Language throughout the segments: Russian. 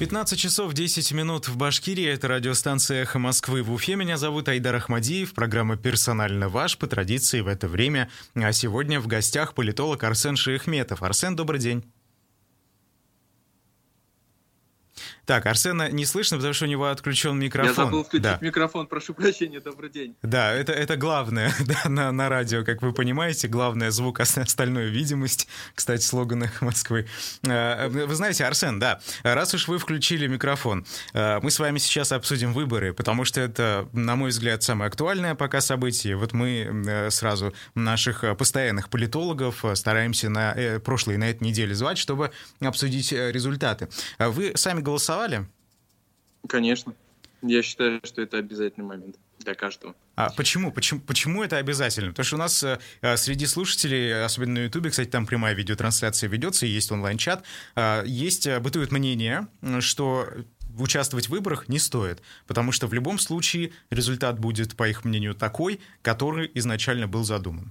15 часов 10 минут в Башкирии. Это радиостанция «Эхо Москвы» в Уфе. Меня зовут Айдар Ахмадиев. Программа «Персонально ваш» по традиции в это время. А сегодня в гостях политолог Арсен Шаяхметов. Арсен, добрый день. Так, Арсена не слышно, потому что у него отключен микрофон. Я забыл включить микрофон, прошу прощения, добрый день. Да, это главное на радио, как вы понимаете, главное звук, остальное видимость, кстати, слоган «Эхо Москвы». Вы знаете, Арсен, да, раз уж вы включили микрофон, мы с вами сейчас обсудим выборы, потому что это, на мой взгляд, самое актуальное пока событие. Вот мы сразу наших постоянных политологов стараемся на этой неделе звать, чтобы обсудить результаты. Вы сами голосовали? Конечно. Я считаю, что это обязательный момент для каждого. А почему? Почему это обязательно? Потому что у нас среди слушателей, особенно на Ютубе, кстати, там прямая видеотрансляция ведется, есть онлайн-чат, бытует мнение, что участвовать в выборах не стоит, потому что в любом случае результат будет, по их мнению, такой, который изначально был задуман.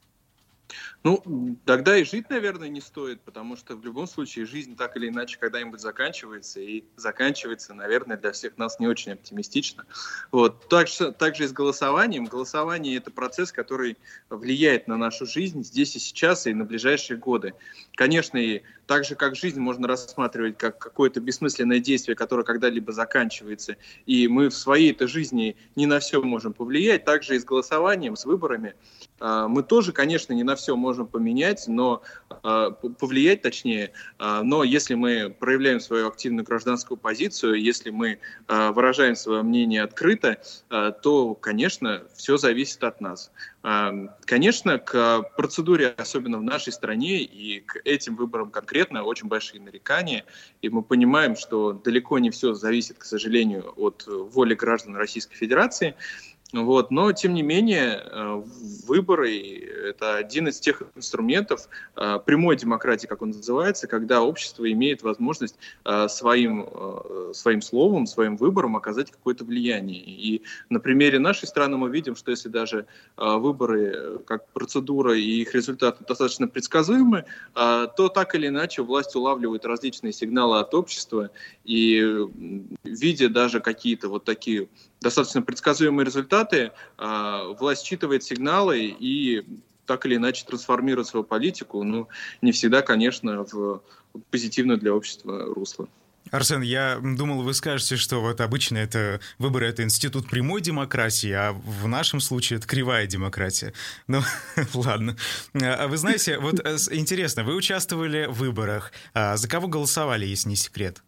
Ну, тогда и жить, наверное, не стоит, потому что в любом случае жизнь так или иначе когда-нибудь заканчивается, и заканчивается, наверное, для всех нас не очень оптимистично. Вот. Также и с голосованием. Голосование — это процесс, который влияет на нашу жизнь здесь и сейчас, и на ближайшие годы. Конечно, и так же, как жизнь, можно рассматривать как какое-то бессмысленное действие, которое когда-либо заканчивается, и мы в своей-то жизни не на все можем повлиять, также и с голосованием, с выборами. Мы тоже, конечно, не на все можем поменять, но повлиять точнее, но если мы проявляем свою активную гражданскую позицию, если мы выражаем свое мнение открыто, то, конечно, все зависит от нас. Конечно, к процедуре, особенно в нашей стране, и к этим выборам конкретно очень большие нарекания, и мы понимаем, что далеко не все зависит, к сожалению, от воли граждан Российской Федерации. Вот. Но, тем не менее, выборы — это один из тех инструментов прямой демократии, как он называется, когда общество имеет возможность своим словом, своим выбором оказать какое-то влияние. И на примере нашей страны мы видим, что если даже выборы как процедура и их результаты достаточно предсказуемы, то так или иначе власть улавливает различные сигналы от общества, и видя даже какие-то вот такие достаточно предсказуемые результаты, власть считывает сигналы и так или иначе трансформирует свою политику, но не всегда, конечно, в позитивное для общества русло. Арсен, я думал, вы скажете, что вот обычно выборы — это институт прямой демократии, а в нашем случае это кривая демократия. Ну, ладно. Вы знаете, вот интересно, вы участвовали в выборах. За кого голосовали, если не секрет?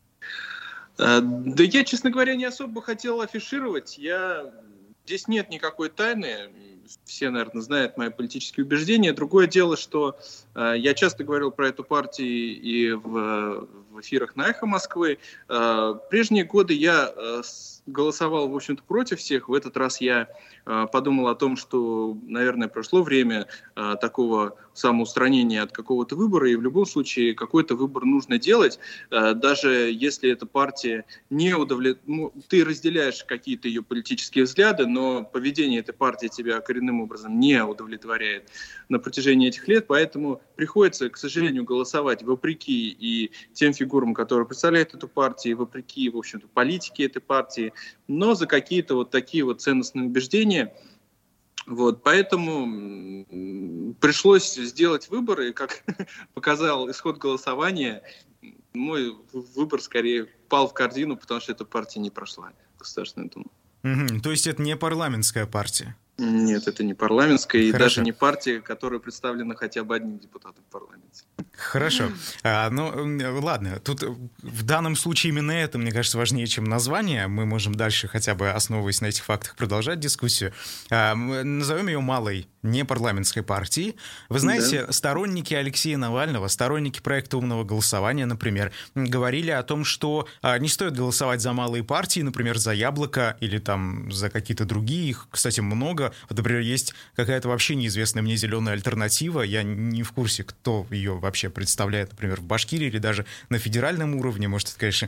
Да я, честно говоря, не особо хотел афишировать. Здесь нет никакой тайны. Все, наверное, знают мои политические убеждения. Другое дело, что я часто говорил про эту партию и в эфирах на «Эхо Москвы». Прежние годы я голосовал, в общем-то, против всех. В этот раз я подумал о том, что, наверное, прошло время такого самоустранения от какого-то выбора, и в любом случае какой-то выбор нужно делать, даже если эта партия не удовлетворяет, ты разделяешь какие-то ее политические взгляды, но поведение этой партии тебя коренным образом не удовлетворяет на протяжении этих лет, поэтому приходится, к сожалению, голосовать вопреки и тем фигурам, которые представляют эту партию, вопреки, в общем-то, политике этой партии, но за какие-то вот такие вот ценностные убеждения. Вот, поэтому пришлось сделать выборы, и, как показал исход голосования, мой выбор скорее пал в корзину, потому что эта партия не прошла в Государственную Думу. То есть это не парламентская партия? Нет, это не парламентская, и Хорошо. даже не партия, которая представлена хотя бы одним депутатом в парламенте. Хорошо. Ладно, тут в данном случае именно это, мне кажется, важнее, чем название. Мы можем дальше, хотя бы основываясь на этих фактах, продолжать дискуссию. Назовем ее малой непарламентской партией. Вы знаете, да, сторонники Алексея Навального, сторонники проекта умного голосования, например, говорили о том, что не стоит голосовать за малые партии, например, за Яблоко или там за какие-то другие, их, кстати, много, альтернатива. Вот, например, есть какая-то вообще неизвестная мне зеленая альтернатива. Я не в курсе, кто ее вообще представляет, например, в Башкирии или даже на федеральном уровне. Может, это, конечно,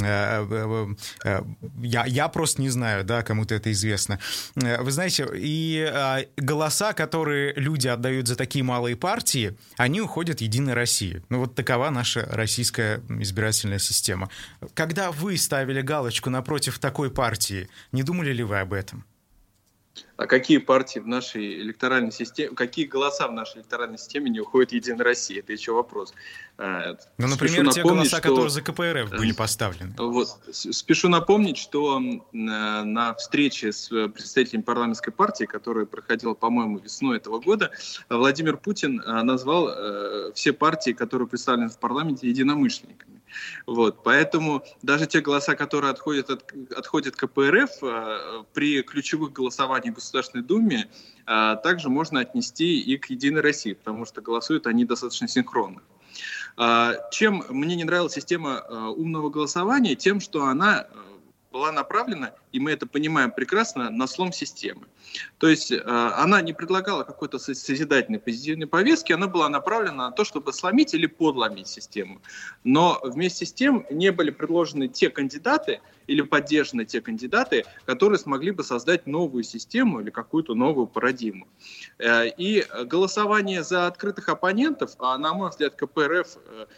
я просто не знаю, да, кому-то это известно. Вы знаете, и голоса, которые люди отдают за такие малые партии, они уходят в «Единой России». Ну, вот такова наша российская избирательная система. Когда вы ставили галочку напротив такой партии, не думали ли вы об этом? А какие партии в нашей электоральной системе, какие голоса в нашей электоральной системе не уходят в «Единой России»? Это еще вопрос. Ну, например, те голоса, которые за КПРФ были поставлены. Вот. Спешу напомнить, что на встрече с представителями парламентской партии, которая проходила, по-моему, весной этого года, Владимир Путин назвал все партии, которые представлены в парламенте, единомышленниками. Вот. Поэтому даже те голоса, которые отходят КПРФ, при ключевых голосованиях в Государственной Думе, также можно отнести и к «Единой России», потому что голосуют они достаточно синхронно. Чем мне не нравилась система умного голосования? Тем, что она была направлена, и мы это понимаем прекрасно, на слом системы. То есть она не предлагала какой-то созидательной, позитивной повестки, она была направлена на то, чтобы сломить или подломить систему. Но вместе с тем не были предложены те кандидаты или поддержаны те кандидаты, которые смогли бы создать новую систему или какую-то новую парадигму. И голосование за открытых оппонентов, на мой взгляд, КПРФ,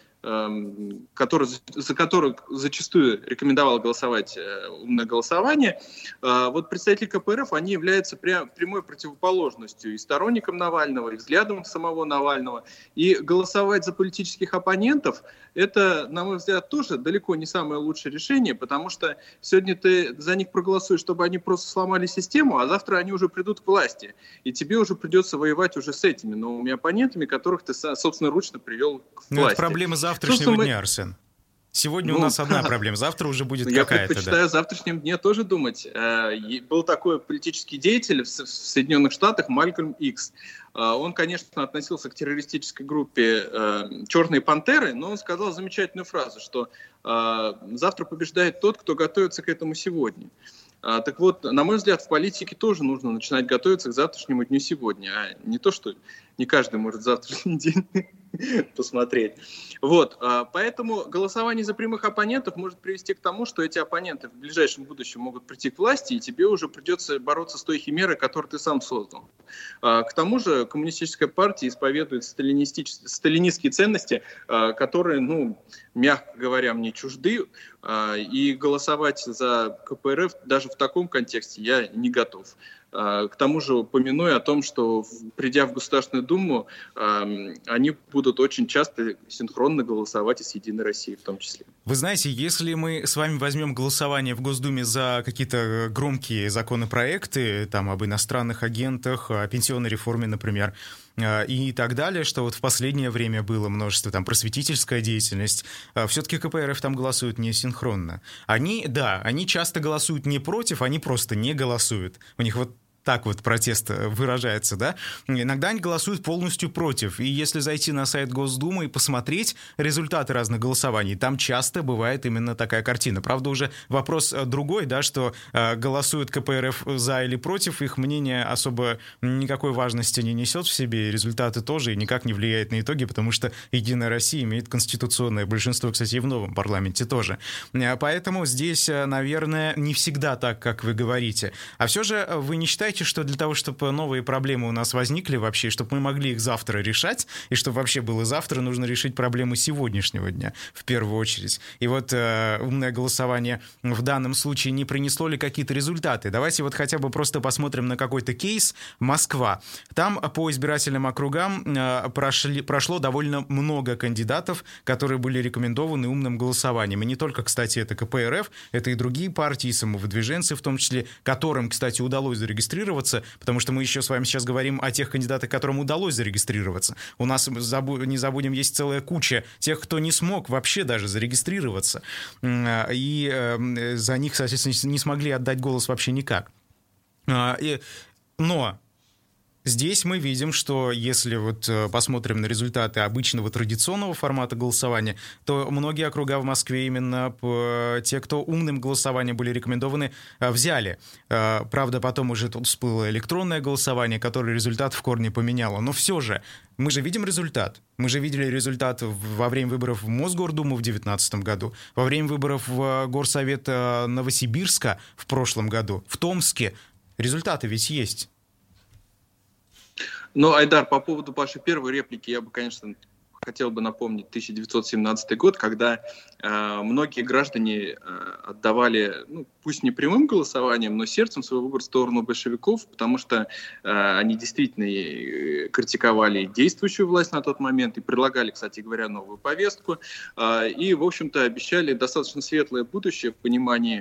за которых зачастую рекомендовал голосовать умное голосование, вот представители КПРФ, они являются прямой противоположностью и сторонникам Навального, и взглядам самого Навального. И голосовать за политических оппонентов, это, на мой взгляд, тоже далеко не самое лучшее решение, потому что сегодня ты за них проголосуешь, чтобы они просто сломали систему, а завтра они уже придут к власти. И тебе уже придется воевать уже с этими новыми оппонентами, которых ты собственноручно привел к власти. Но это проблема завтрашнего дня, Арсен. Сегодня у нас одна проблема, завтра уже будет какая-то. Я предпочитаю в завтрашнем дне тоже думать. Был такой политический деятель в Соединенных Штатах Малькольм Икс. Он, конечно, относился к террористической группе «Черные пантеры», но он сказал замечательную фразу, что завтра побеждает тот, кто готовится к этому сегодня. Так вот, на мой взгляд, в политике тоже нужно начинать готовиться к завтрашнему дню сегодня, а не то, что не каждый может завтрашний день посмотреть. Вот, поэтому голосование за прямых оппонентов может привести к тому, что эти оппоненты в ближайшем будущем могут прийти к власти, и тебе уже придется бороться с той химерой, которую ты сам создал. К тому же коммунистическая партия исповедует сталинистские ценности, которые, мягко говоря, мне чужды, и голосовать за КПРФ даже в таком контексте я не готов. К тому же, помянуя о том, что, придя в Государственную Думу, они будут очень часто синхронно голосовать и с «Единой Россией» в том числе. Вы знаете, если мы с вами возьмем голосование в Госдуме за какие-то громкие законопроекты, там, об иностранных агентах, о пенсионной реформе, например, и так далее, что вот в последнее время было множество, там, просветительская деятельность, все-таки КПРФ там голосуют не синхронно. Они часто голосуют не против, они просто не голосуют. У них вот так вот протест выражается, да? Иногда они голосуют полностью против. И если зайти на сайт Госдумы и посмотреть результаты разных голосований, там часто бывает именно такая картина. Правда, уже вопрос другой, да, что голосуют КПРФ за или против, их мнение особо никакой важности не несет в себе, и результаты тоже, и никак не влияет на итоги, потому что «Единая Россия» имеет конституционное большинство, кстати, и в новом парламенте тоже. Поэтому здесь, наверное, не всегда так, как вы говорите. А все же вы не считаете, что для того, чтобы новые проблемы у нас возникли вообще, чтобы мы могли их завтра решать, и чтобы вообще было завтра, нужно решить проблемы сегодняшнего дня в первую очередь. И вот умное голосование в данном случае не принесло ли какие-то результаты? Давайте вот хотя бы просто посмотрим на какой-то кейс. Москва. Там по избирательным округам прошло довольно много кандидатов, которые были рекомендованы умным голосованием. И не только, кстати, это КПРФ, это и другие партии, самовыдвиженцы в том числе, которым, кстати, удалось зарегистрироваться, потому что мы еще с вами сейчас говорим о тех кандидатах, которым удалось зарегистрироваться. У нас, не забудем, есть целая куча тех, кто не смог вообще даже зарегистрироваться. И за них, соответственно, не смогли отдать голос вообще никак. Но Здесь мы видим, что если вот посмотрим на результаты обычного традиционного формата голосования, то многие округа в Москве именно те, кто умным голосованием были рекомендованы, взяли. Правда, потом уже тут всплыло электронное голосование, которое результат в корне поменяло. Но все же, мы же видим результат. Мы же видели результат во время выборов в Мосгордуму в 2019 году, во время выборов в Горсовет Новосибирска в прошлом году, в Томске. Результаты ведь есть. Ну, Айдар, по поводу вашей первой реплики, я бы, конечно, хотел бы напомнить 1917 год, когда многие граждане отдавали, ну, пусть не прямым голосованием, но сердцем свой выбор в сторону большевиков, потому что они действительно критиковали действующую власть на тот момент и предлагали, кстати говоря, новую повестку. И, в общем-то, обещали достаточно светлое будущее в понимании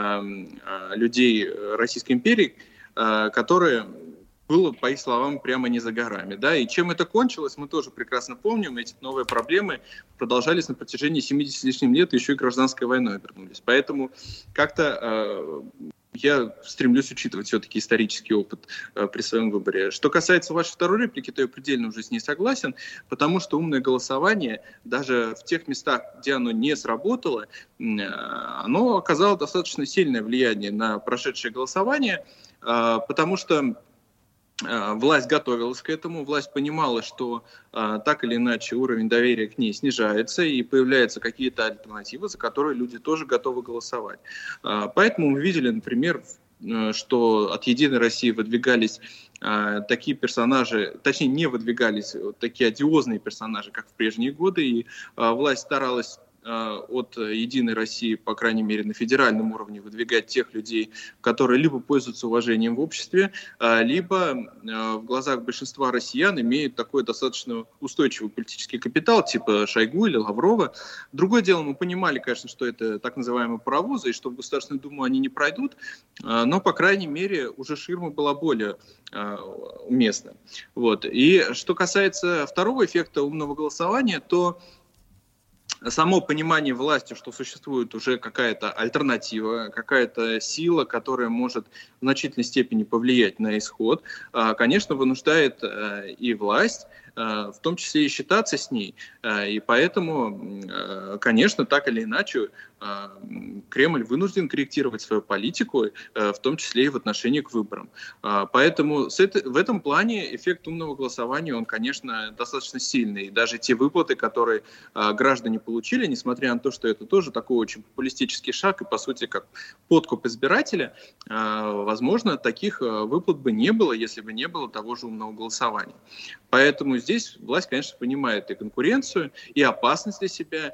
людей Российской империи, которые... было, по их словам, прямо не за горами. Да? И чем это кончилось, мы тоже прекрасно помним. Эти новые проблемы продолжались на протяжении 70 с лишним лет, еще и гражданской войной вернулись. Поэтому как-то я стремлюсь учитывать все-таки исторический опыт при своем выборе. Что касается вашей второй реплики, то я предельно уже с ней согласен, потому что умное голосование, даже в тех местах, где оно не сработало, оно оказало достаточно сильное влияние на прошедшее голосование, потому что власть готовилась к этому, власть понимала, что так или иначе уровень доверия к ней снижается и появляются какие-то альтернативы, за которые люди тоже готовы голосовать. Поэтому мы видели, например, что от «Единой России» выдвигались такие персонажи, точнее не выдвигались такие одиозные персонажи, как в прежние годы, и власть старалась от «Единой России», по крайней мере, на федеральном уровне выдвигать тех людей, которые либо пользуются уважением в обществе, либо в глазах большинства россиян имеют такой достаточно устойчивый политический капитал, типа Шойгу или Лаврова. Другое дело, мы понимали, конечно, что это так называемые паровозы, и что в Государственную Думу они не пройдут, но, по крайней мере, уже ширма была более уместна. Вот. И что касается второго эффекта умного голосования, то само понимание власти, что существует уже какая-то альтернатива, какая-то сила, которая может в значительной степени повлиять на исход, конечно, вынуждает и власть, в том числе и считаться с ней. И поэтому, конечно, так или иначе, Кремль вынужден корректировать свою политику, в том числе и в отношении к выборам. Поэтому в этом плане эффект умного голосования, он, конечно, достаточно сильный. И даже те выплаты, которые граждане получили, несмотря на то, что это тоже такой очень популистический шаг и, по сути, как подкуп избирателя, возможно, таких выплат бы не было, если бы не было того же умного голосования. Поэтому здесь власть, конечно, понимает и конкуренцию, и опасность для себя,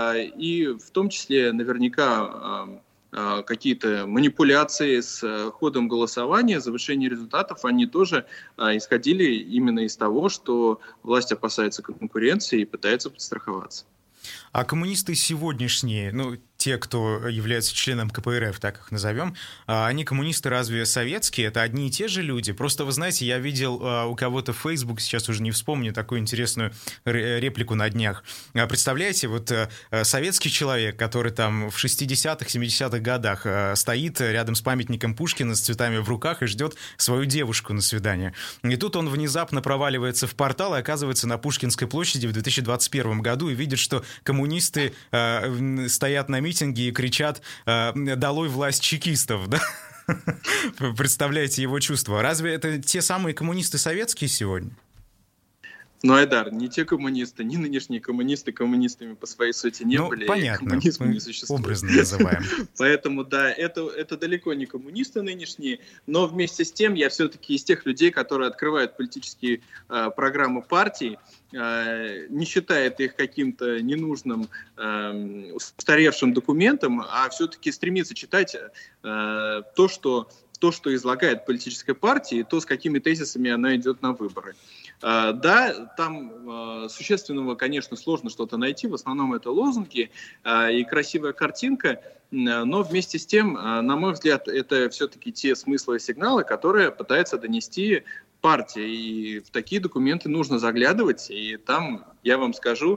и в том числе наверняка какие-то манипуляции с ходом голосования, завышение результатов, они тоже исходили именно из того, что власть опасается конкуренции и пытается подстраховаться. А коммунисты сегодняшние, ну, те, кто является членом КПРФ, так их назовем, они коммунисты разве советские? Это одни и те же люди? Просто, вы знаете, я видел у кого-то в Facebook, сейчас уже не вспомню, такую интересную реплику на днях. Представляете, вот советский человек, который там в 60-х, 70-х годах стоит рядом с памятником Пушкина с цветами в руках и ждет свою девушку на свидание. И тут он внезапно проваливается в портал и оказывается на Пушкинской площади в 2021 году и видит, что коммунисты стоят на митинге и кричат «Долой власть чекистов», да? Представляете его чувства. Разве это те самые коммунисты советские сегодня? Ну, Айдар, не те коммунисты, ни нынешние коммунисты коммунистами по своей сути не были. Понятно, коммунизма не существует. Образно называем. Поэтому, да, это далеко не коммунисты нынешние, но вместе с тем я все-таки из тех людей, которые открывают политические программы партий, не считает их каким-то ненужным, устаревшим документом, а все-таки стремится читать то, что излагает политическая партия, и то, с какими тезисами она идет на выборы. Да, там существенного, конечно, сложно что-то найти, в основном это лозунги и красивая картинка, но вместе с тем, на мой взгляд, это все-таки те смыслы и сигналы, которые пытается донести партия, и в такие документы нужно заглядывать, и там, я вам скажу,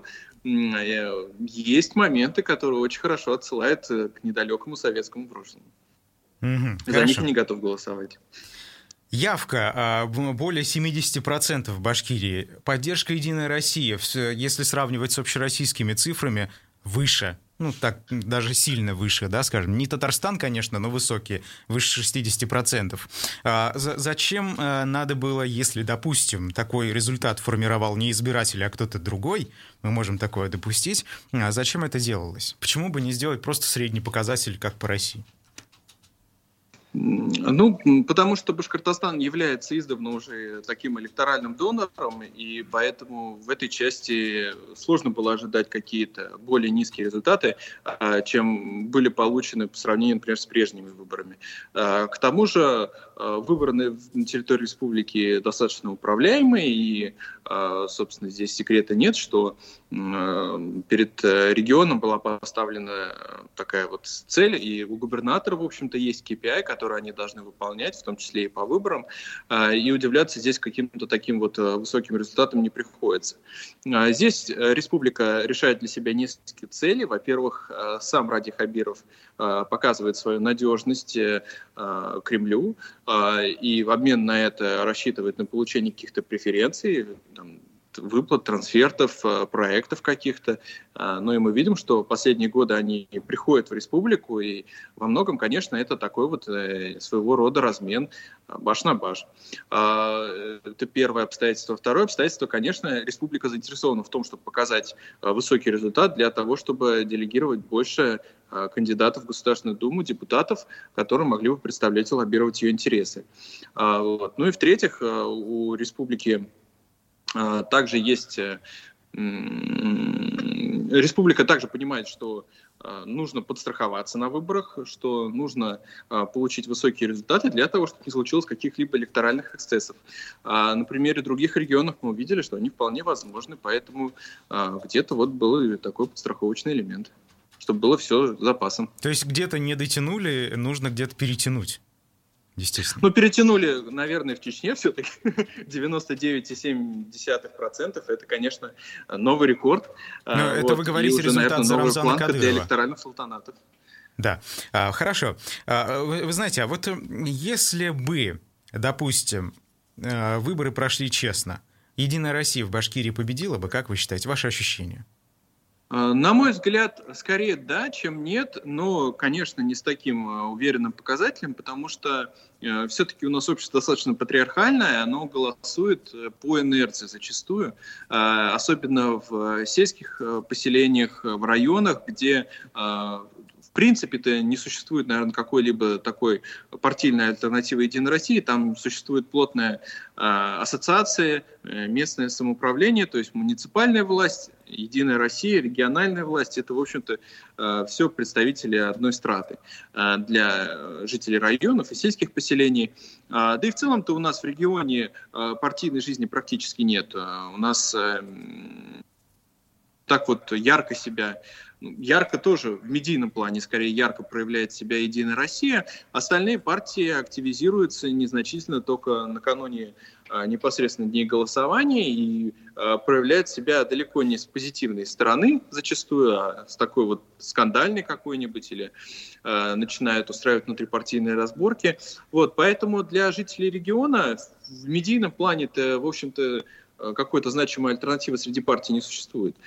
есть моменты, которые очень хорошо отсылают к недалекому советскому прошлому. За них я не готов голосовать. Явка более 70% в Башкирии. Поддержка «Единой России», если сравнивать с общероссийскими цифрами, выше. Ну, так, даже сильно выше, да, скажем. Не Татарстан, конечно, но высокие, выше 60%. Зачем надо было, если, допустим, такой результат формировал не избиратель, а кто-то другой, мы можем такое допустить, зачем это делалось? Почему бы не сделать просто средний показатель, как по России? Ну, потому что Башкортостан является издавна уже таким электоральным донором, и поэтому в этой части сложно было ожидать какие-то более низкие результаты, чем были получены по сравнению, например, с прежними выборами. К тому же выборы на территории республики достаточно управляемые, и, собственно, здесь секрета нет, что перед регионом была поставлена такая вот цель, и у губернатора, в общем-то, есть KPI, которые они должны выполнять, в том числе и по выборам, и удивляться здесь каким-то таким вот высоким результатам не приходится. Здесь республика решает для себя несколько целей. Во-первых, сам Ради Хабиров показывает свою надежность Кремлю, и в обмен на это рассчитывает на получение каких-то преференций, выплат, трансфертов, проектов каких-то. Но и мы видим, что последние годы они приходят в республику, и во многом, конечно, это такой вот своего рода размен баш на баш. Это первое обстоятельство. Второе обстоятельство, конечно, республика заинтересована в том, чтобы показать высокий результат для того, чтобы делегировать больше кандидатов в Государственную Думу, депутатов, которые могли бы представлять и лоббировать ее интересы. Ну и в-третьих, у республики также есть... Республика также понимает, что нужно подстраховаться на выборах, что нужно получить высокие результаты для того, чтобы не случилось каких-либо электоральных эксцессов. На примере других регионов мы увидели, что они вполне возможны, поэтому где-то вот был такой подстраховочный элемент, чтобы было все с запасом. То есть где-то не дотянули, нужно где-то перетянуть. Естественно. Ну, перетянули, наверное, в Чечне все-таки 99,7%. Это, конечно, новый рекорд. Но это вы говорите уже, результат наверное, Рамзана Кадырова. Для электоральных султанатов. Да, хорошо. Вы знаете, а вот если бы, допустим, выборы прошли честно, «Единая Россия» в Башкирии победила бы, как вы считаете, ваши ощущения? На мой взгляд, скорее да, чем нет, но, конечно, не с таким уверенным показателем, потому что все-таки у нас общество достаточно патриархальное, оно голосует по инерции зачастую, особенно в сельских поселениях, в районах, где в принципе-то не существует, наверное, какой-либо такой партийной альтернативы «Единой России». Там существует плотная ассоциация, местное самоуправление, то есть муниципальная власть, «Единая Россия», региональная власть. Это, в общем-то, все представители одной страты для жителей районов и сельских поселений. Да и в целом-то у нас в регионе партийной жизни практически нет. У нас так вот ярко тоже в медийном плане, скорее ярко проявляет себя «Единая Россия». Остальные партии активизируются незначительно только накануне непосредственно дней голосования и проявляют себя далеко не с позитивной стороны зачастую, а с такой вот скандальной какой-нибудь, или начинают устраивать внутрипартийные разборки. Вот, поэтому для жителей региона в медийном плане-то, в общем-то, какой-то значимой альтернативы среди партий не существует.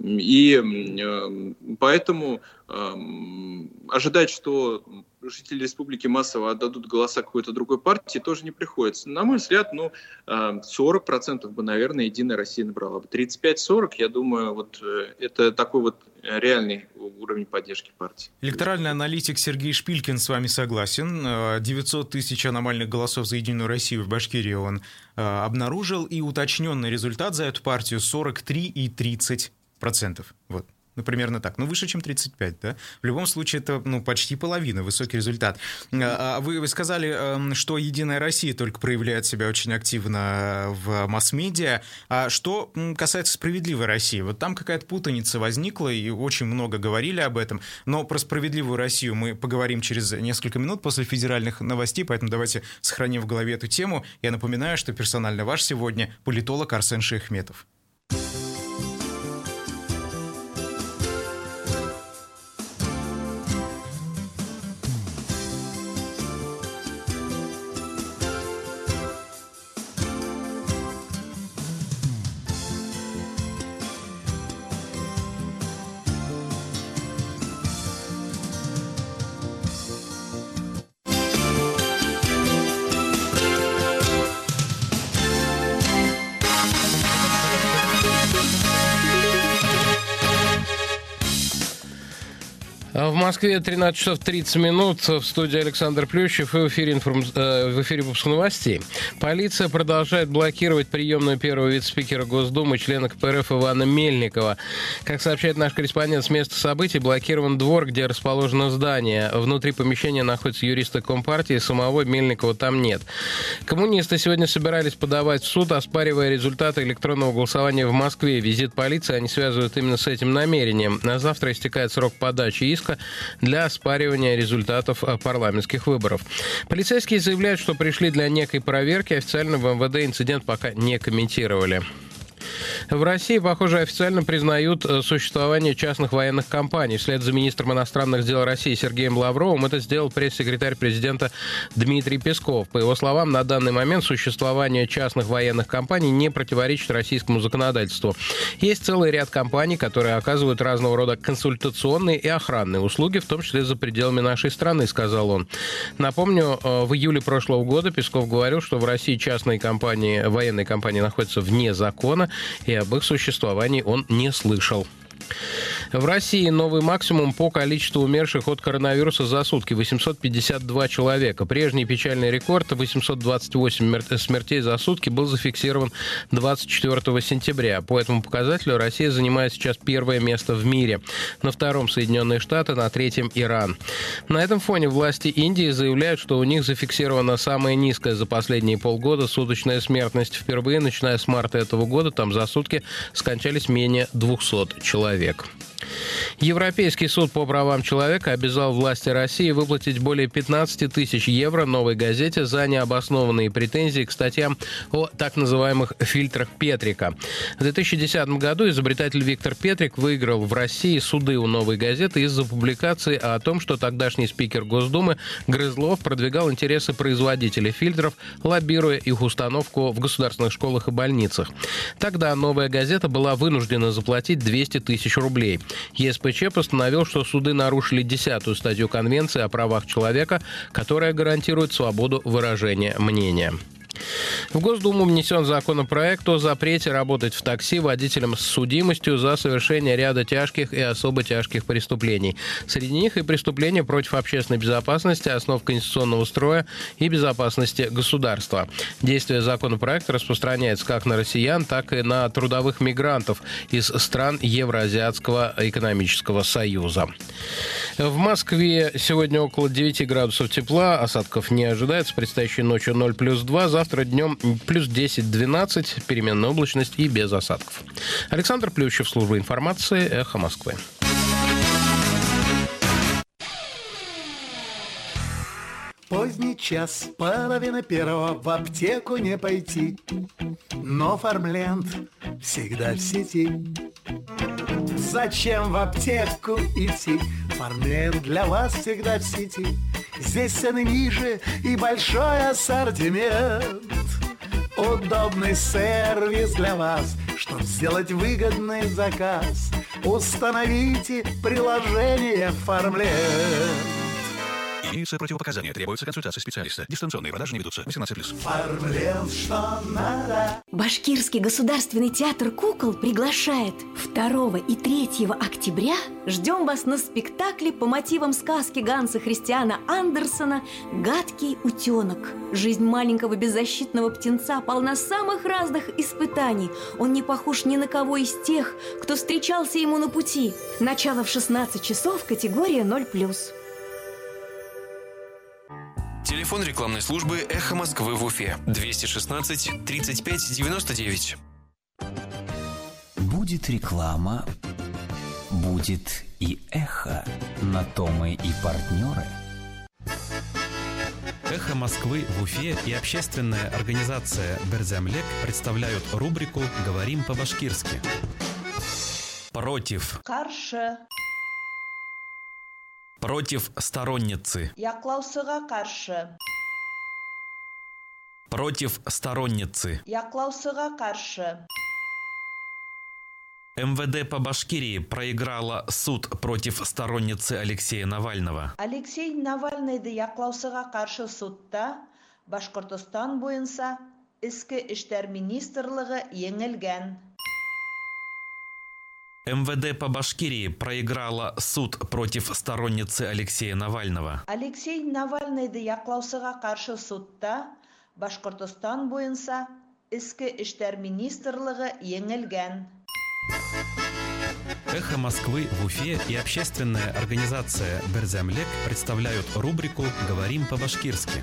И поэтому ожидать, что жители республики массово отдадут голоса какой-то другой партии, тоже не приходится. На мой взгляд, 40% бы, наверное, «Единая Россия» набрала бы. 35-40, я думаю, вот это такой вот реальный уровень поддержки партии. Электоральный аналитик Сергей Шпилькин с вами согласен. 900 тысяч аномальных голосов за «Единую Россию» в Башкирии он обнаружил, и уточненный результат за эту партию 43,30%. Вот. Ну, примерно так. Ну, выше, чем 35, да? В любом случае, это, почти половина, высокий результат. Вы сказали, что «Единая Россия» только проявляет себя очень активно в масс-медиа. А что касается «Справедливой России», вот там какая-то путаница возникла, и очень много говорили об этом. Но про «Справедливую Россию» мы поговорим через несколько минут после федеральных новостей, поэтому давайте сохраним в голове эту тему. Я напоминаю, что персонально ваш сегодня политолог Арсен Шейхметов. В Москве 13 часов 30 минут. В студии Александр Плющев и в эфире выпуск новостей. Полиция продолжает блокировать приемную первого вице-спикера Госдумы, члена КПРФ Ивана Мельникова. Как сообщает наш корреспондент с места событий, блокирован двор, где расположено здание. Внутри помещения находятся юристы Компартии, самого Мельникова там нет. Коммунисты сегодня собирались подавать в суд, оспаривая результаты электронного голосования в Москве. Визит полиции они связывают именно с этим намерением. На завтра истекает срок подачи иска для оспаривания результатов парламентских выборов. Полицейские заявляют, что пришли для некой проверки. Официально в МВД инцидент пока не комментировали. В России, похоже, официально признают существование частных военных компаний. Вслед за министром иностранных дел России Сергеем Лавровым это сделал пресс-секретарь президента Дмитрий Песков. По его словам, на данный момент существование частных военных компаний не противоречит российскому законодательству. Есть целый ряд компаний, которые оказывают разного рода консультационные и охранные услуги, в том числе за пределами нашей страны, сказал он. Напомню, в июле прошлого года Песков говорил, что в России частные компании, военные компании находятся вне закона, и об их существовании он не слышал. В России новый максимум по количеству умерших от коронавируса за сутки – 852 человека. Прежний печальный рекорд – 828 смертей за сутки был зафиксирован 24 сентября. По этому показателю Россия занимает сейчас первое место в мире. На втором – Соединенные Штаты, на третьем – Иран. На этом фоне власти Индии заявляют, что у них зафиксирована самая низкая за последние полгода суточная смертность. Впервые, начиная с марта этого года, там за сутки скончались менее 200 человек. Европейский суд по правам человека обязал власти России выплатить более 15 тысяч евро «Новой газете» за необоснованные претензии к статьям о так называемых фильтрах Петрика. В 2010 году изобретатель Виктор Петрик выиграл в России суды у «Новой газеты» из-за публикации о том, что тогдашний спикер Госдумы Грызлов продвигал интересы производителей фильтров, лоббируя их установку в государственных школах и больницах. Тогда «Новая газета» была вынуждена заплатить 200 тысяч рублей. ЕСПЧ постановил, что суды нарушили 10-ю статью Конвенции о правах человека, которая гарантирует свободу выражения мнения. В Госдуму внесен законопроект о запрете работать в такси водителям с судимостью за совершение ряда тяжких и особо тяжких преступлений. Среди них и преступления против общественной безопасности, основ конституционного строя и безопасности государства. Действие законопроекта распространяется как на россиян, так и на трудовых мигрантов из стран Евроазиатского экономического союза. В Москве сегодня около 9 градусов тепла, осадков не ожидается, предстоящей ночью 0+2, завтра днем плюс 10-12, переменная облачность и без осадков. Александр Плющев, служба информации, Эхо Москвы. Поздний час, половина первого, в аптеку не пойти, но Фармленд всегда в сети. Зачем в аптеку идти? Фармленд для вас всегда в сети. Здесь цены ниже и большой ассортимент. Удобный сервис для вас, чтобы сделать выгодный заказ. Установите приложение Фармленд. Имеются противопоказания, требуется консультация специалиста. Дистанционные продажи не ведутся. 18+. Фармленд, что надо. Башкирский государственный театр кукол приглашает 2 и 3 октября. Ждем вас на спектакле по мотивам сказки Ганса Христиана Андерсена «Гадкий утенок». Жизнь маленького беззащитного птенца полна самых разных испытаний. Он не похож ни на кого из тех, кто встречался ему на пути. Начало в 16 часов, категория 0+. Телефон рекламной службы «Эхо Москвы» в Уфе. 216 35 99. Будет реклама, будет и эхо. На то мы и партнеры. «Эхо Москвы» в Уфе и общественная организация «Берзямлек» представляют рубрику «Говорим по-башкирски». Против. Каршы. Против сторонницы. Яклаусыга каршы. Против сторонницы. Яклаусыга каршы. МВД по Башкирии проиграла суд против сторонницы Алексея Навального. Алексей Навальныйды яклаусыга каршы судта Башкортостан буенса Ички эшләр министрлыгы еңелгән. МВД по Башкирии проиграла суд против сторонницы Алексея Навального. Алексей Навальныйды яклаусыга каршы судта Башкортостан буенча Ички эшләр министрлыгы еңелгән. «Эхо Москвы» в Уфе и общественная организация «Берземлек» представляют рубрику «Говорим по-башкирски».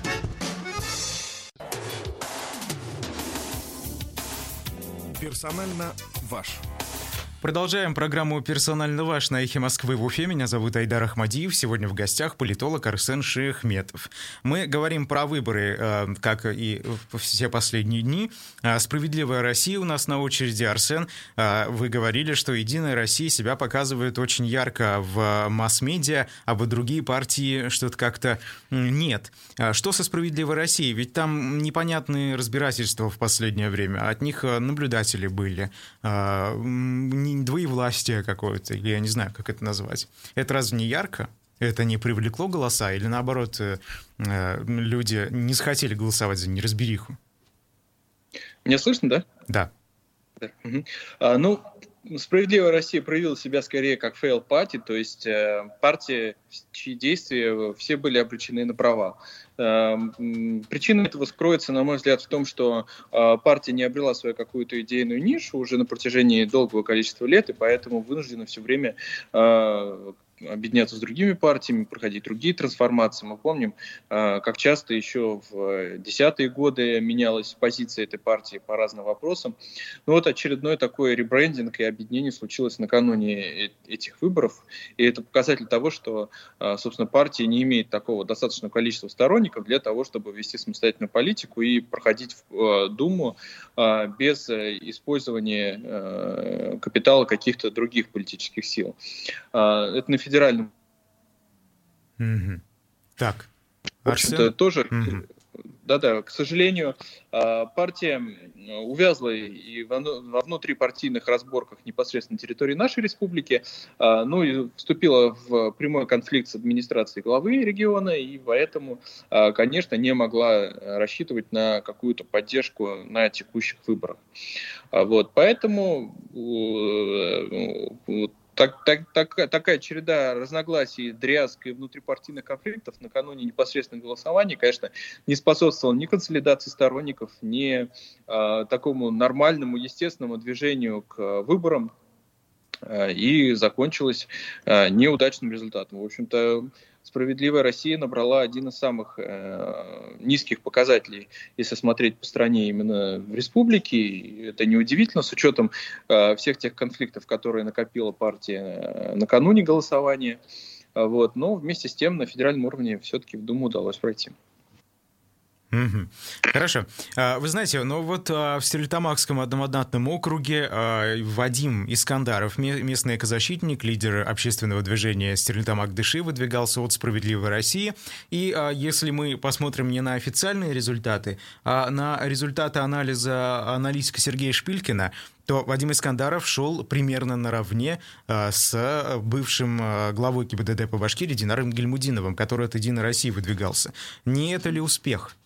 Персонально ваш. Продолжаем программу «Персонально ваш» на «Эхе Москвы» в Уфе. Меня зовут Айдар Ахмадиев. Сегодня в гостях политолог Арсен Шиахметов. Мы говорим про выборы, как и все последние дни. «Справедливая Россия» у нас на очереди. Арсен, вы говорили, что «Единая Россия» себя показывает очень ярко в масс-медиа, а вот другие партии что-то как-то нет. Что со «Справедливой Россией»? Ведь там непонятные разбирательства в последнее время. От них наблюдатели были. Двоевластие какое-то, или я не знаю, как это назвать. Это разве не ярко? Это не привлекло голоса? Или наоборот, люди не захотели голосовать за неразбериху? Меня слышно, да? Да. Ну, «Справедливая Россия» проявила себя скорее как фейл-пати, то есть партия, чьи действия все были обречены на провал. Причина этого скроется, на мой взгляд, в том, что партия не обрела свою какую-то идейную нишу уже на протяжении долгого количества лет, и поэтому вынуждена все время объединяться с другими партиями, проходить другие трансформации. Мы помним, как часто еще в десятые годы менялась позиция этой партии по разным вопросам. Но вот очередной такой ребрендинг и объединение случилось накануне этих выборов. И это показатель того, что, собственно, партия не имеет такого достаточного количества сторонников для того, чтобы вести самостоятельную политику и проходить в Думу без использования капитала каких-то других политических сил. Это на федеральном. Так. В общем-то, тоже. Да-да, к сожалению, партия увязла и во внутрипартийных разборках непосредственно на территории нашей республики, ну и вступила в прямой конфликт с администрацией главы региона, и поэтому, конечно, не могла рассчитывать на какую-то поддержку на текущих выборах. Вот, поэтому такая череда разногласий, дрязг и внутрипартийных конфликтов накануне непосредственного голосования, конечно, не способствовала ни консолидации сторонников, ни такому нормальному, естественному движению к выборам и закончилась неудачным результатом. В общем-то, «Справедливая Россия» набрала один из самых низких показателей, если смотреть по стране именно в республике. И это неудивительно с учетом всех тех конфликтов, которые накопила партия накануне голосования. Вот. Но вместе с тем на федеральном уровне все-таки в Думу удалось пройти. Хорошо. Вы знаете, ну вот в Стерлитамакском одномандатном округе Вадим Искандаров, местный экозащитник, лидер общественного движения «Стерлитамак-Дыши», выдвигался от «Справедливой России». И если мы посмотрим не на официальные результаты, а на результаты анализа аналитика Сергея Шпилькина, то Вадим Искандаров шел примерно наравне с бывшим главой ГИБДД по Башкирии Динаром Гильмудиновым, который от «Единой России» выдвигался. Не это ли успех?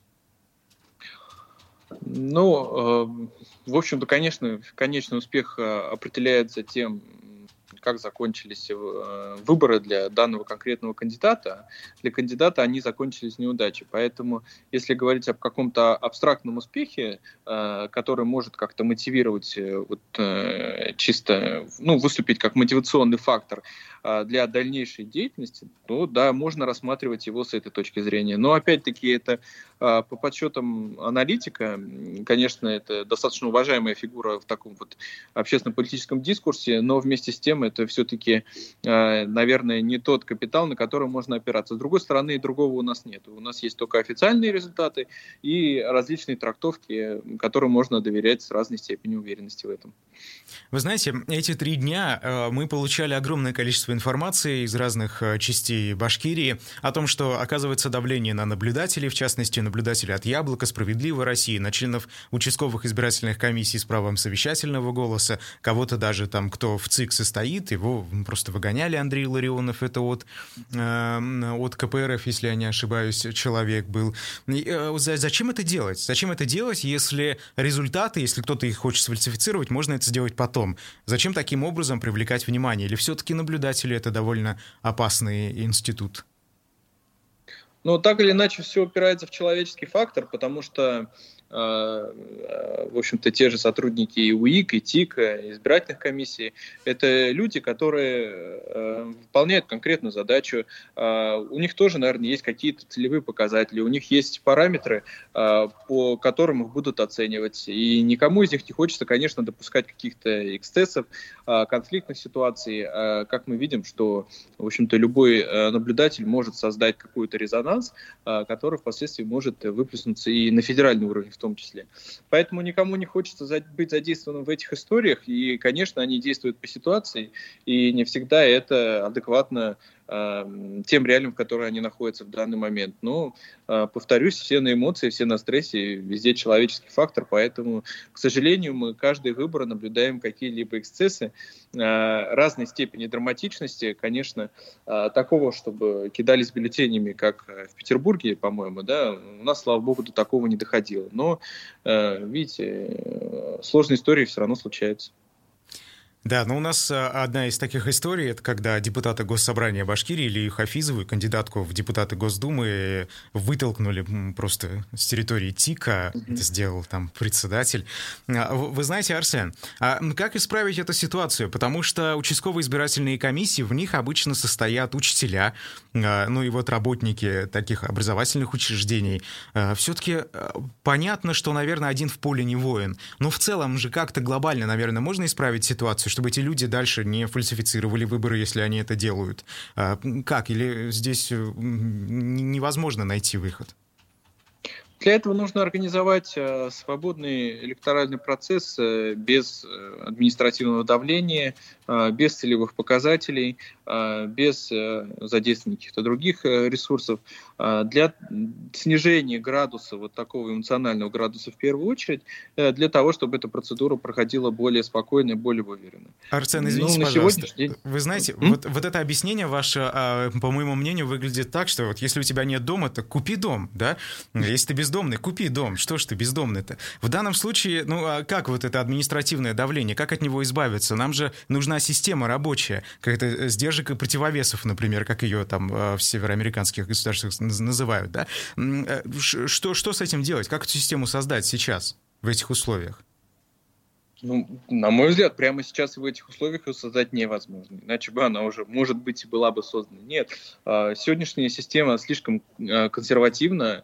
Ну, в общем-то, конечно, конечный успех определяется тем, как закончились выборы для данного конкретного кандидата. Для кандидата они закончились неудачей. Поэтому, если говорить об каком-то абстрактном успехе, который может как-то мотивировать, чисто, выступить как мотивационный фактор для дальнейшей деятельности, то да, можно рассматривать его с этой точки зрения. Но опять-таки это по подсчетам аналитика, конечно, это достаточно уважаемая фигура в таком вот общественно-политическом дискурсе, но вместе с тем это все-таки, наверное, не тот капитал, на который можно опираться. С другой стороны, другого у нас нет. У нас есть только официальные результаты и различные трактовки, которым можно доверять с разной степенью уверенности в этом. Вы знаете, эти 3 дня мы получали огромное количество количество информации из разных частей Башкирии о том, что оказывается давление на наблюдателей, в частности, наблюдателей от «Яблока», «Справедливой России», на членов участковых избирательных комиссий с правом совещательного голоса, кого-то даже там, кто в ЦИК состоит, его просто выгоняли, Андрей Ларионов, это от КПРФ, если я не ошибаюсь, человек был. Зачем это делать? Зачем это делать, если результаты, если кто-то их хочет сфальсифицировать, можно это сделать потом? Зачем таким образом привлекать внимание? Или все-таки наблюдатели — это довольно опасный институт? Ну, так или иначе, все упирается в человеческий фактор, потому что, в общем-то, те же сотрудники и УИК, и ТИК, и избирательных комиссий, это люди, которые выполняют конкретную задачу. У них тоже, наверное, есть какие-то целевые показатели, у них есть параметры, по которым их будут оценивать. И никому из них не хочется, конечно, допускать каких-то эксцессов, конфликтных ситуаций. Как мы видим, что, в общем-то, любой наблюдатель может создать какой-то резонанс, который впоследствии может выплеснуться и на федеральный уровень в том числе. Поэтому никому не хочется быть задействованным в этих историях, и, конечно, они действуют по ситуации, и не всегда это адекватно тем реалиям, в которых они находятся в данный момент. Но, повторюсь, все на эмоции, все на стрессе, везде человеческий фактор, поэтому, к сожалению, мы каждый выбор наблюдаем какие-либо эксцессы разной степени драматичности. Конечно, такого, чтобы кидались бюллетенями, как в Петербурге, по-моему, да, у нас, слава богу, до такого не доходило. Но, видите, сложные истории все равно случаются. Да, но у нас одна из таких историй, это когда депутаты Госсобрания Башкирии Илью Хафизову, кандидатку в депутаты Госдумы, вытолкнули просто с территории ТИКа, это сделал там председатель. Вы знаете, Арсен, как исправить эту ситуацию? Потому что участковые избирательные комиссии, в них обычно состоят учителя, ну и вот работники таких образовательных учреждений. Все-таки понятно, что, наверное, один в поле не воин, но в целом же как-то глобально, наверное, можно исправить ситуацию, чтобы эти люди дальше не фальсифицировали выборы, если они это делают. Как? Или здесь невозможно найти выход? Для этого нужно организовать свободный электоральный процесс без административного давления, без целевых показателей, без задействования каких-то других ресурсов. Для снижения градуса, вот такого эмоционального градуса в первую очередь, для того, чтобы эта процедура проходила более спокойно и более уверенно. Арсен, извините, пожалуйста. Вы знаете, вот это объяснение ваше, по моему мнению, выглядит так, что вот если у тебя нет дома, то купи дом, да? Если ты бездомный, купи дом. Что ж ты бездомный-то? В данном случае, ну, а как вот это административное давление, как от него избавиться? Нам же нужна система рабочая, какая-то сдержек и противовесов, например, как ее там в североамериканских государствах называют, да? Что с этим делать? Как эту систему создать сейчас, в этих условиях? Ну, на мой взгляд, прямо сейчас в этих условиях ее создать невозможно. Иначе бы она уже, может быть, и была бы создана. Нет, сегодняшняя система слишком консервативна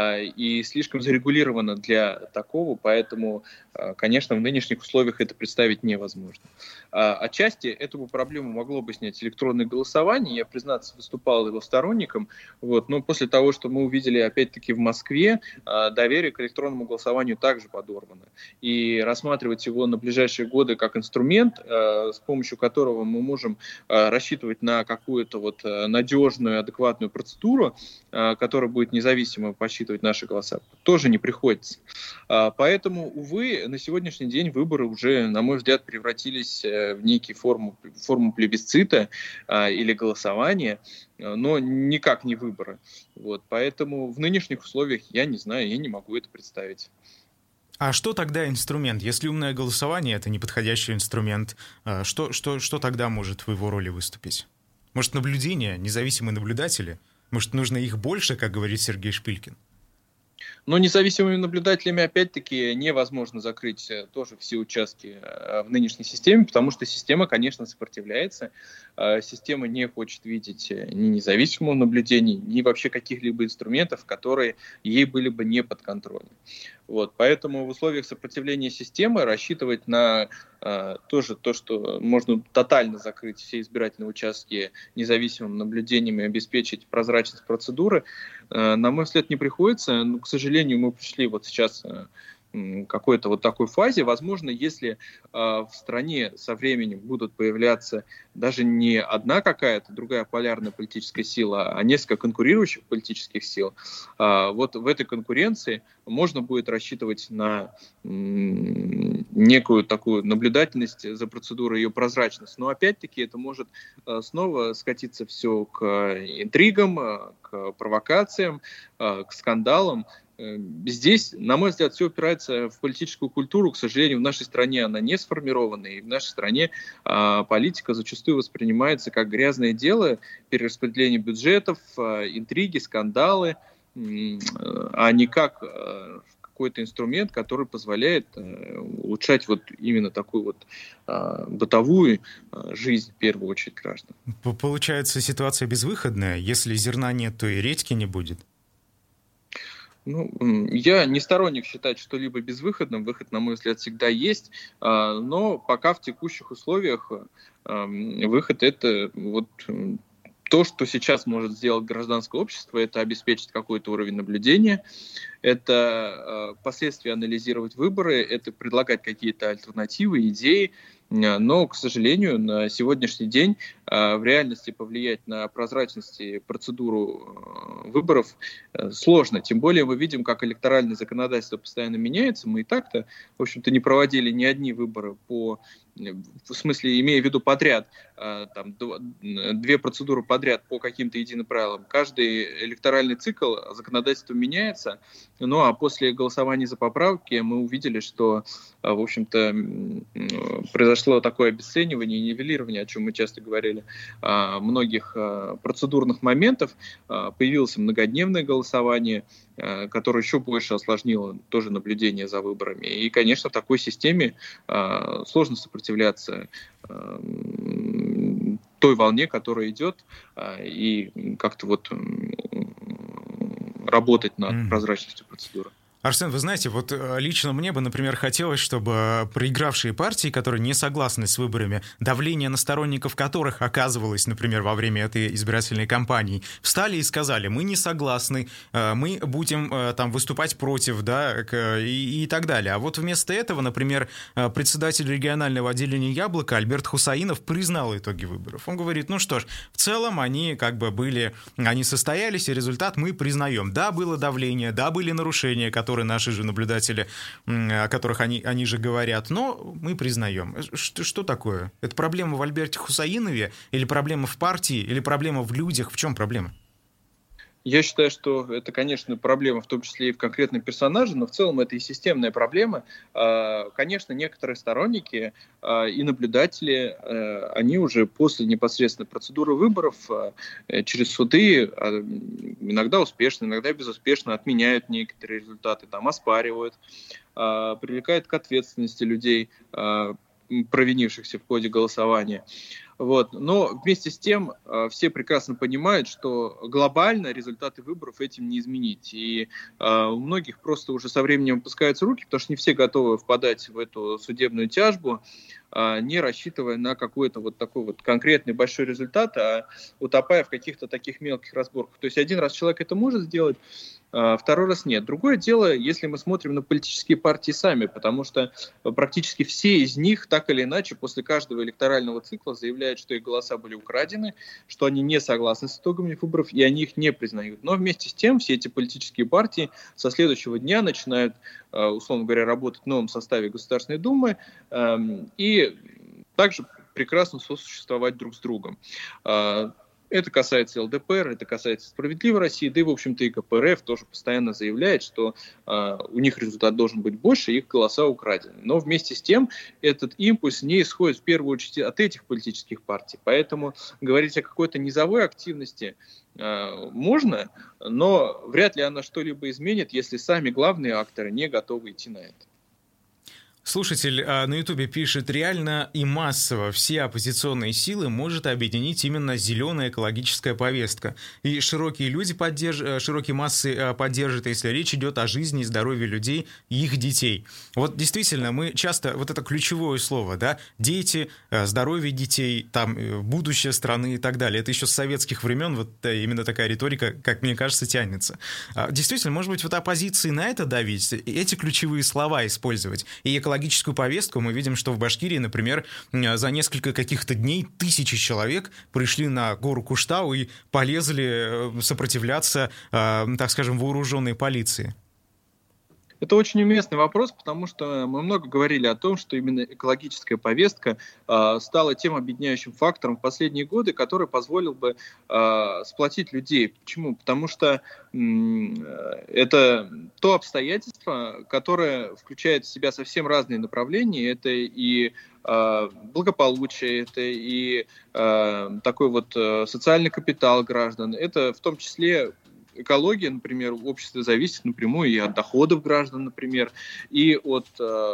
и слишком зарегулирована для такого, поэтому, конечно, в нынешних условиях это представить невозможно. Отчасти эту проблему могло бы снять электронное голосование. Я, признаться, выступал его сторонником. Вот, но после того, что мы увидели, опять-таки, в Москве, доверие к электронному голосованию также подорвано. И рассматривать его на ближайшие годы как инструмент, с помощью которого мы можем рассчитывать на какую-то вот надежную, адекватную процедуру, которая будет независимо подсчитывать наши голоса, тоже не приходится. Поэтому, увы, на сегодняшний день выборы уже, на мой взгляд, превратились в некие форму плебисцита или голосования, но никак не выборы. Вот. Поэтому в нынешних условиях я не знаю, я не могу это представить. А что тогда инструмент? Если умное голосование — это неподходящий инструмент, что тогда может в его роли выступить? Может, наблюдение, независимые наблюдатели? Может, нужно их больше, как говорит Сергей Шпилькин? Но независимыми наблюдателями, опять-таки, невозможно закрыть тоже все участки в нынешней системе, потому что система, конечно, сопротивляется. Система не хочет видеть ни независимого наблюдения, ни вообще каких-либо инструментов, которые ей были бы не подконтрольны. Вот, поэтому в условиях сопротивления системы рассчитывать на тоже то, что можно тотально закрыть все избирательные участки независимым наблюдением и обеспечить прозрачность процедуры, на мой взгляд, не приходится. Но, к сожалению, мы пришли вот сейчас какой-то вот такой фазе. Возможно, если в стране со временем будут появляться даже не одна какая-то другая полярная политическая сила, а несколько конкурирующих политических сил, вот в этой конкуренции можно будет рассчитывать на некую такую наблюдательность за процедурой, ее прозрачность. Но опять-таки это может снова скатиться все к интригам, к провокациям, к скандалам. Здесь, на мой взгляд, все упирается в политическую культуру. К сожалению, в нашей стране она не сформирована, и в нашей стране политика зачастую воспринимается как грязное дело, перераспределение бюджетов, интриги, скандалы, а не как какой-то инструмент, который позволяет улучшать вот именно такую вот бытовую жизнь, в первую очередь, граждан. Получается, ситуация безвыходная. Если зерна нет, то и редьки не будет. Я не сторонник считать что-либо безвыходным. Выход, на мой взгляд, всегда есть. Но пока в текущих условиях выход — это вот то, что сейчас может сделать гражданское общество, это обеспечить какой-то уровень наблюдения, это впоследствии анализировать выборы, это предлагать какие-то альтернативы, идеи. Но, к сожалению, на сегодняшний день в реальности повлиять на прозрачность и процедуру выборов сложно. Тем более мы видим, как электоральное законодательство постоянно меняется. Мы и так-то, в общем-то, не проводили ни одни выборы в смысле, имея в виду подряд, там, две процедуры подряд по каким-то единым правилам. Каждый электоральный цикл законодательство меняется. Ну а после голосования за поправки мы увидели, что, в общем-то, произошло такое обесценивание и нивелирование, о чем мы часто говорили, многих процедурных моментов. Появилось многодневное голосование, которое еще больше осложнило тоже наблюдение за выборами. И, конечно, в такой системе сложно сопротивляться той волне, которая идет, и как-то вот работать над прозрачностью процедуры. Арсен, вы знаете, вот лично мне бы, например, хотелось, чтобы проигравшие партии, которые не согласны с выборами, давление на сторонников которых оказывалось, например, во время этой избирательной кампании, встали и сказали: мы не согласны, мы будем там выступать против, да, и так далее. А вот вместо этого, например, председатель регионального отделения «Яблоко» Альберт Хусаинов признал итоги выборов. Он говорит: ну что ж, в целом они они состоялись, и результат мы признаем. Да, было давление, да, были нарушения, которые наши же наблюдатели, о которых они же говорят, но мы признаем. Что такое? Это проблема в Альберте Хусаинове, или проблема в партии, или проблема в людях? В чем проблема? Я считаю, что это, конечно, проблема в том числе и в конкретном персонаже, но в целом это и системная проблема. Конечно, некоторые сторонники и наблюдатели, они уже после непосредственной процедуры выборов через суды иногда успешно, иногда безуспешно отменяют некоторые результаты, там, оспаривают, привлекают к ответственности людей, провинившихся в ходе голосования. Вот. Но вместе с тем все прекрасно понимают, что глобально результаты выборов этим не изменить. И у многих просто уже со временем опускаются руки, потому что не все готовы впадать в эту судебную тяжбу, не рассчитывая на какой-то вот такой вот конкретный большой результат, а утопая в каких-то таких мелких разборках. То есть один раз человек это может сделать, второй раз нет. Другое дело, если мы смотрим на политические партии сами, потому что практически все из них так или иначе после каждого электорального цикла заявляют, что их голоса были украдены, что они не согласны с итогами выборов, и они их не признают. Но вместе с тем все эти политические партии со следующего дня начинают, условно говоря, работать в новом составе Государственной Думы и также прекрасно сосуществовать друг с другом. Это касается ЛДПР, это касается «Справедливой России», да и, в общем-то, и КПРФ тоже постоянно заявляет, что у них результат должен быть больше, их голоса украдены. Но вместе с тем этот импульс не исходит в первую очередь от этих политических партий. Поэтому говорить о какой-то низовой активности можно, но вряд ли она что-либо изменит, если сами главные акторы не готовы идти на это. Слушатель на Ютубе пишет: реально и массово все оппозиционные силы может объединить именно зеленая экологическая повестка. И широкие массы поддержат, если речь идет о жизни и здоровье людей и их детей. Вот действительно, мы часто, вот это ключевое слово, да, дети, здоровье детей, там, будущее страны и так далее. Это еще с советских времен вот именно такая риторика, как мне кажется, тянется. Действительно, может быть, вот оппозиции на это давить, эти ключевые слова использовать. И экологическую повестку мы видим, что в Башкирии, например, за несколько каких-то дней тысячи человек пришли на гору Куштау и полезли сопротивляться, так скажем, вооруженной полиции. Это очень уместный вопрос, потому что мы много говорили о том, что именно экологическая повестка стала тем объединяющим фактором в последние годы, который позволил бы сплотить людей. Почему? Потому что это то обстоятельство, которое включает в себя совсем разные направления. Это и благополучие, это и такой вот социальный капитал граждан, это в том числе экология, например, общество зависит напрямую и от доходов граждан, например, и от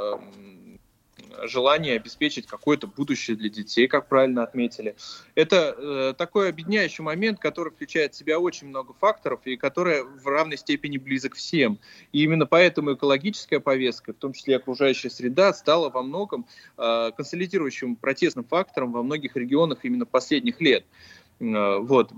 желания обеспечить какое-то будущее для детей, как правильно отметили. Это такой объединяющий момент, который включает в себя очень много факторов и который в равной степени близок всем. И именно поэтому экологическая повестка, в том числе окружающая среда, стала во многом консолидирующим протестным фактором во многих регионах именно последних лет. Вот.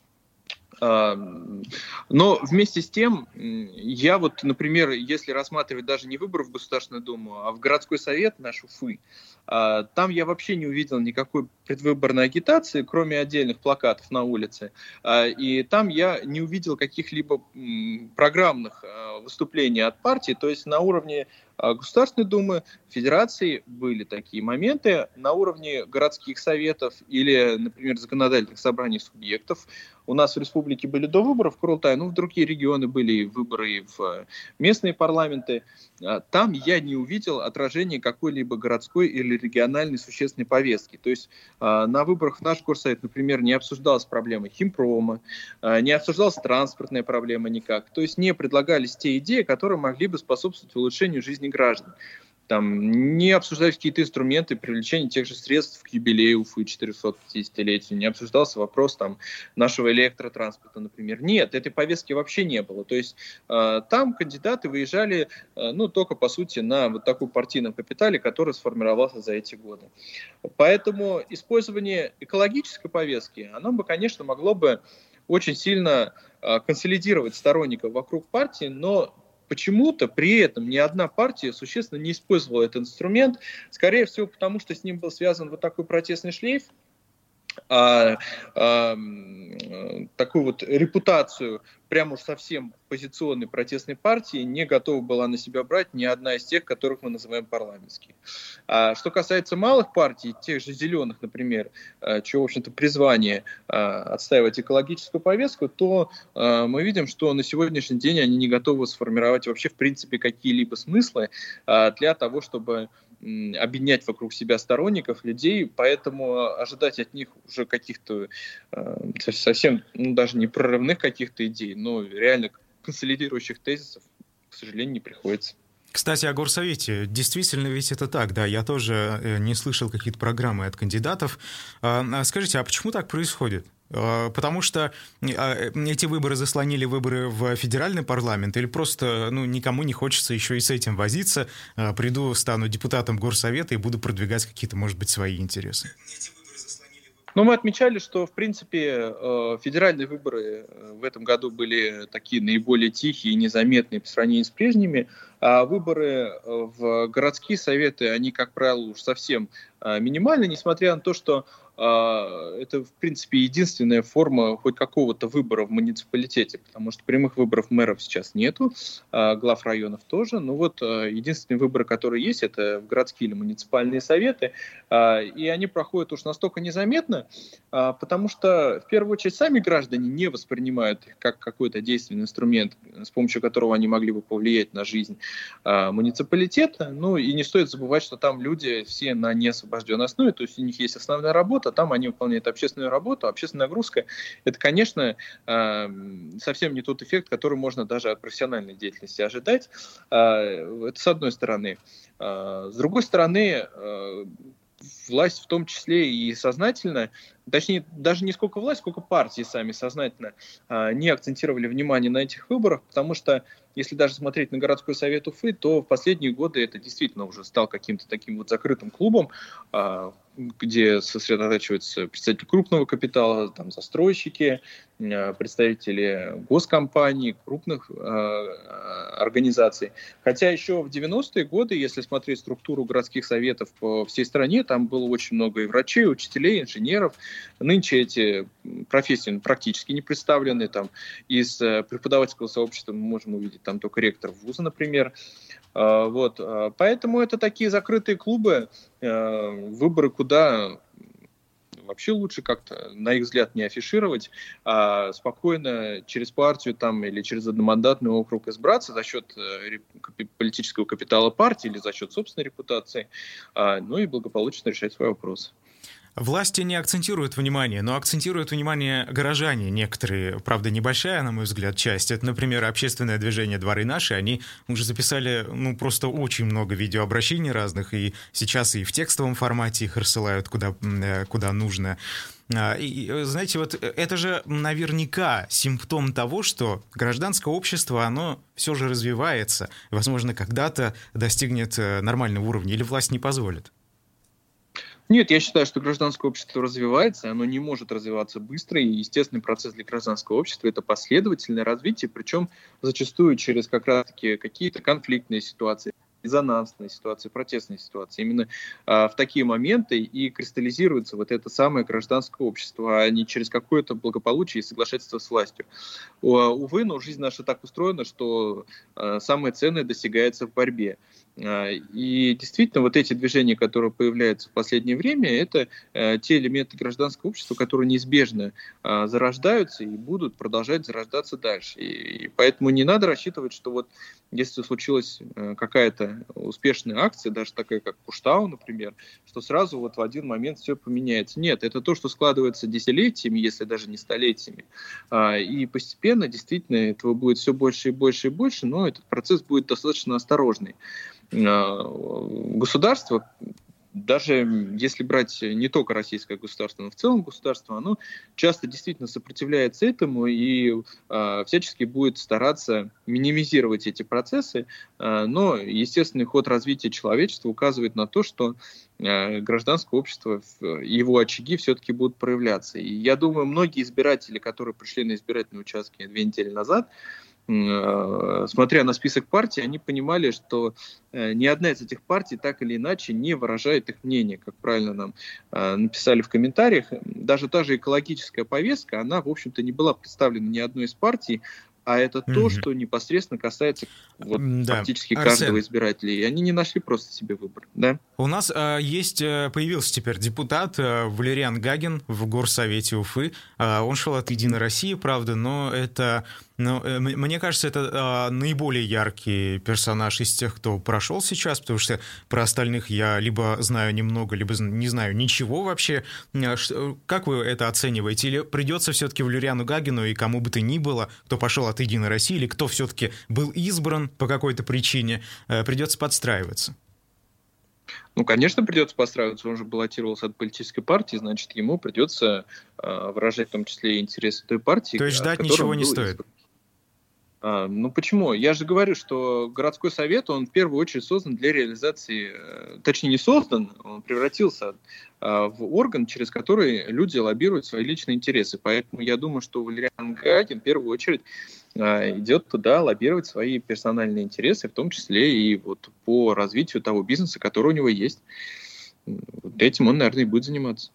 Но вместе с тем, я вот, например, если рассматривать даже не выборы в Государственную Думу, а в городской совет наш Уфы, там я вообще не увидел никакой предвыборной агитации, кроме отдельных плакатов на улице. И там я не увидел каких-либо программных выступлений от партии, то есть на уровне Государственной Думы, Федерации были такие моменты, на уровне городских советов или, например, законодательных собраний субъектов. У нас в республике были до выборов Курултай, в другие регионы были выборы и в местные парламенты. Там я не увидел отражения какой-либо городской или региональной существенной повестки. То есть на выборах в наш горсовет, например, не обсуждалась проблема химпрома, не обсуждалась транспортная проблема никак. То есть не предлагались те идеи, которые могли бы способствовать улучшению жизни граждан. Там не обсуждались какие-то инструменты привлечения тех же средств к юбилею Уфы 450-летию, не обсуждался вопрос нашего электротранспорта, например. Нет, этой повестки вообще не было. То есть там кандидаты выезжали только, по сути, на вот такой партийном капитале, который сформировался за эти годы. Поэтому использование экологической повестки, оно бы, конечно, могло бы очень сильно консолидировать сторонников вокруг партии, но почему-то при этом ни одна партия существенно не использовала этот инструмент, скорее всего, потому что с ним был связан вот такой протестный шлейф, такую вот репутацию прямо уж совсем оппозиционной протестной партии не готова была на себя брать ни одна из тех, которых мы называем парламентские. Что касается малых партий, тех же зеленых, например, чего, в общем-то, призвание отстаивать экологическую повестку, то мы видим, что на сегодняшний день они не готовы сформировать вообще, в принципе, какие-либо смыслы для того, чтобы объединять вокруг себя сторонников, людей, поэтому ожидать от них уже каких-то совсем, даже не прорывных каких-то идей, но реально консолидирующих тезисов, к сожалению, не приходится. Кстати, о горсовете. Действительно ведь это так, да, я тоже не слышал какие-то программы от кандидатов. Скажите, а почему так происходит? Потому что эти выборы заслонили выборы в федеральный парламент или просто никому не хочется еще и с этим возиться, приду, стану депутатом горсовета и буду продвигать какие-то, может быть, свои интересы? Мы отмечали, что, в принципе, федеральные выборы в этом году были такие наиболее тихие и незаметные по сравнению с прежними, а выборы в городские советы, они, как правило, уж совсем минимальны, несмотря на то, что это, в принципе, единственная форма хоть какого-то выбора в муниципалитете, потому что прямых выборов мэров сейчас нету, глав районов тоже. Единственные выборы, которые есть, это городские или муниципальные советы, и они проходят уж настолько незаметно, потому что, в первую очередь, сами граждане не воспринимают их как какой-то действенный инструмент, с помощью которого они могли бы повлиять на жизнь муниципалитета. Ну и не стоит забывать, что там люди все на неосвобожденной основе, то есть у них есть основная работа, там они выполняют общественную работу, общественная нагрузка. Это, конечно, совсем не тот эффект, который можно даже от профессиональной деятельности ожидать. Это с одной стороны. С другой стороны, власть в том числе и сознательно, точнее, даже не сколько власть, сколько партии сами сознательно не акцентировали внимание на этих выборах, потому что, если даже смотреть на городской совет Уфы, то в последние годы это действительно уже стал каким-то таким вот закрытым клубом, где сосредотачиваются представители крупного капитала, там, застройщики, представители госкомпаний, крупных организаций. Хотя еще в 90-е годы, если смотреть структуру городских советов по всей стране, там было очень много и врачей, и учителей, и инженеров. Нынче эти профессии практически не представлены. Там, из преподавательского сообщества мы можем увидеть там только ректор вуза, например. Вот. Поэтому это такие закрытые клубы, выборы куда вообще лучше как-то, на их взгляд, не афишировать, а спокойно через партию там, или через одномандатный округ избраться за счет политического капитала партии или за счет собственной репутации, ну и благополучно решать свои вопросы. Власти не акцентируют внимание, но акцентируют внимание горожане. Некоторые, правда, небольшая, на мой взгляд, часть. Это, например, общественное движение «Дворы наши». Они уже записали, просто очень много видеообращений разных, и сейчас и в текстовом формате их рассылают куда нужно. И, знаете, вот это же наверняка симптом того, что гражданское общество, оно все же развивается, возможно, когда-то достигнет нормального уровня, или власть не позволит? Нет, я считаю, что гражданское общество развивается, оно не может развиваться быстро, и естественный процесс для гражданского общества – это последовательное развитие, причем зачастую через как раз-таки какие-то конфликтные ситуации, резонансные ситуации, протестные ситуации. Именно в такие моменты и кристаллизируется вот это самое гражданское общество, а не через какое-то благополучие и соглашательство с властью. Увы, но жизнь наша так устроена, что самое ценное достигается в борьбе. И действительно, вот эти движения, которые появляются в последнее время, это те элементы гражданского общества, которые неизбежно зарождаются и будут продолжать зарождаться дальше. И поэтому не надо рассчитывать, что вот если случилась какая-то успешная акция, даже такая, как Куштау, например, что сразу вот в один момент все поменяется. Нет, это то, что складывается десятилетиями, если даже не столетиями. И постепенно, действительно, этого будет все больше и больше и больше, но этот процесс будет достаточно осторожный. Государство, даже если брать не только российское государство, но в целом государство, оно часто действительно сопротивляется этому и всячески будет стараться минимизировать эти процессы, но естественный ход развития человечества указывает на то, что гражданское общество, его очаги все-таки будут проявляться. И я думаю, многие избиратели, которые пришли на избирательные участки 2 недели назад, смотря на список партий, они понимали, что ни одна из этих партий так или иначе не выражает их мнение, как правильно нам написали в комментариях. Даже та же экологическая повестка, она, в общем-то, не была представлена ни одной из партий, а это то, что непосредственно касается практически каждого избирателя. И они не нашли просто себе выбор. Да? У нас появился теперь депутат Валериан Гагин в Горсовете Уфы. Он шел от «Единой России», правда, но мне кажется, это наиболее яркий персонаж из тех, кто прошел сейчас, потому что про остальных я либо знаю немного, либо не знаю ничего вообще. Как вы это оцениваете? Или придется все-таки Валериану Гагину и кому бы то ни было, кто пошел от «Единой России», или кто все-таки был избран по какой-то причине, придется подстраиваться? Ну, конечно, придется подстраиваться. Он же баллотировался от политической партии, значит, ему придется выражать в том числе и интересы той партии. То есть ждать ничего не стоит? Ну почему? Я же говорю, что городской совет, он в первую очередь создан для реализации, точнее не создан, он превратился в орган, через который люди лоббируют свои личные интересы. Поэтому я думаю, что Валериан Гагин в первую очередь идет туда лоббировать свои персональные интересы, в том числе и вот по развитию того бизнеса, который у него есть. Вот этим он, наверное, и будет заниматься.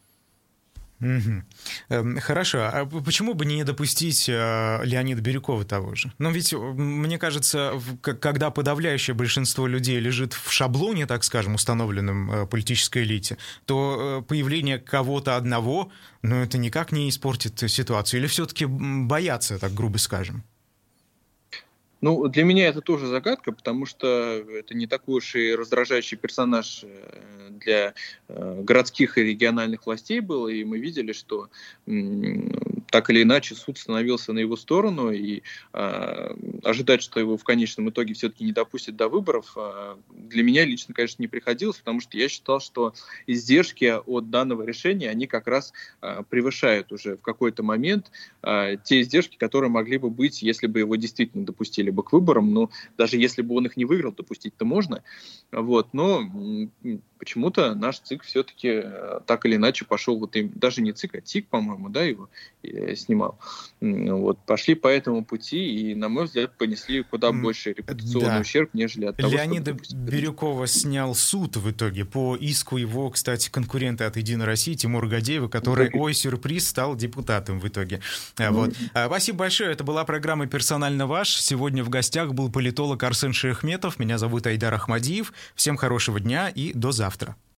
Хорошо. А почему бы не допустить Леонида Бирюкова того же? Но ведь, мне кажется, когда подавляющее большинство людей лежит в шаблоне, так скажем, установленном политической элите, то появление кого-то одного, это никак не испортит ситуацию. Или все-таки боятся, так грубо скажем? Ну, для меня это тоже загадка, потому что это не такой уж и раздражающий персонаж для городских и региональных властей был, и мы видели, что так или иначе суд становился на его сторону, и ожидать, что его в конечном итоге все-таки не допустят до выборов, для меня лично, конечно, не приходилось, потому что я считал, что издержки от данного решения, они как раз превышают уже в какой-то момент те издержки, которые могли бы быть, если бы его действительно допустили бы к выборам. Но даже если бы он их не выиграл, допустить-то можно. Вот. Но почему-то наш ЦИК все-таки так или иначе пошел, вот даже не ЦИК, а ТИК, по-моему, да, его снимал. Вот. Пошли по этому пути и, на мой взгляд, понесли куда больше репутационный ущерб, нежели от того, Леонида Бирюкова снял суд в итоге по иску его, кстати, конкурента от «Единой России» Тимура Гадеева, который, ой, сюрприз, стал депутатом в итоге. Вот. Спасибо большое. Это была программа «Персонально ваш». Сегодня в гостях был политолог Арсен Шаяхметов. Меня зовут Айдар Ахмадиев. Всем хорошего дня и до завтра.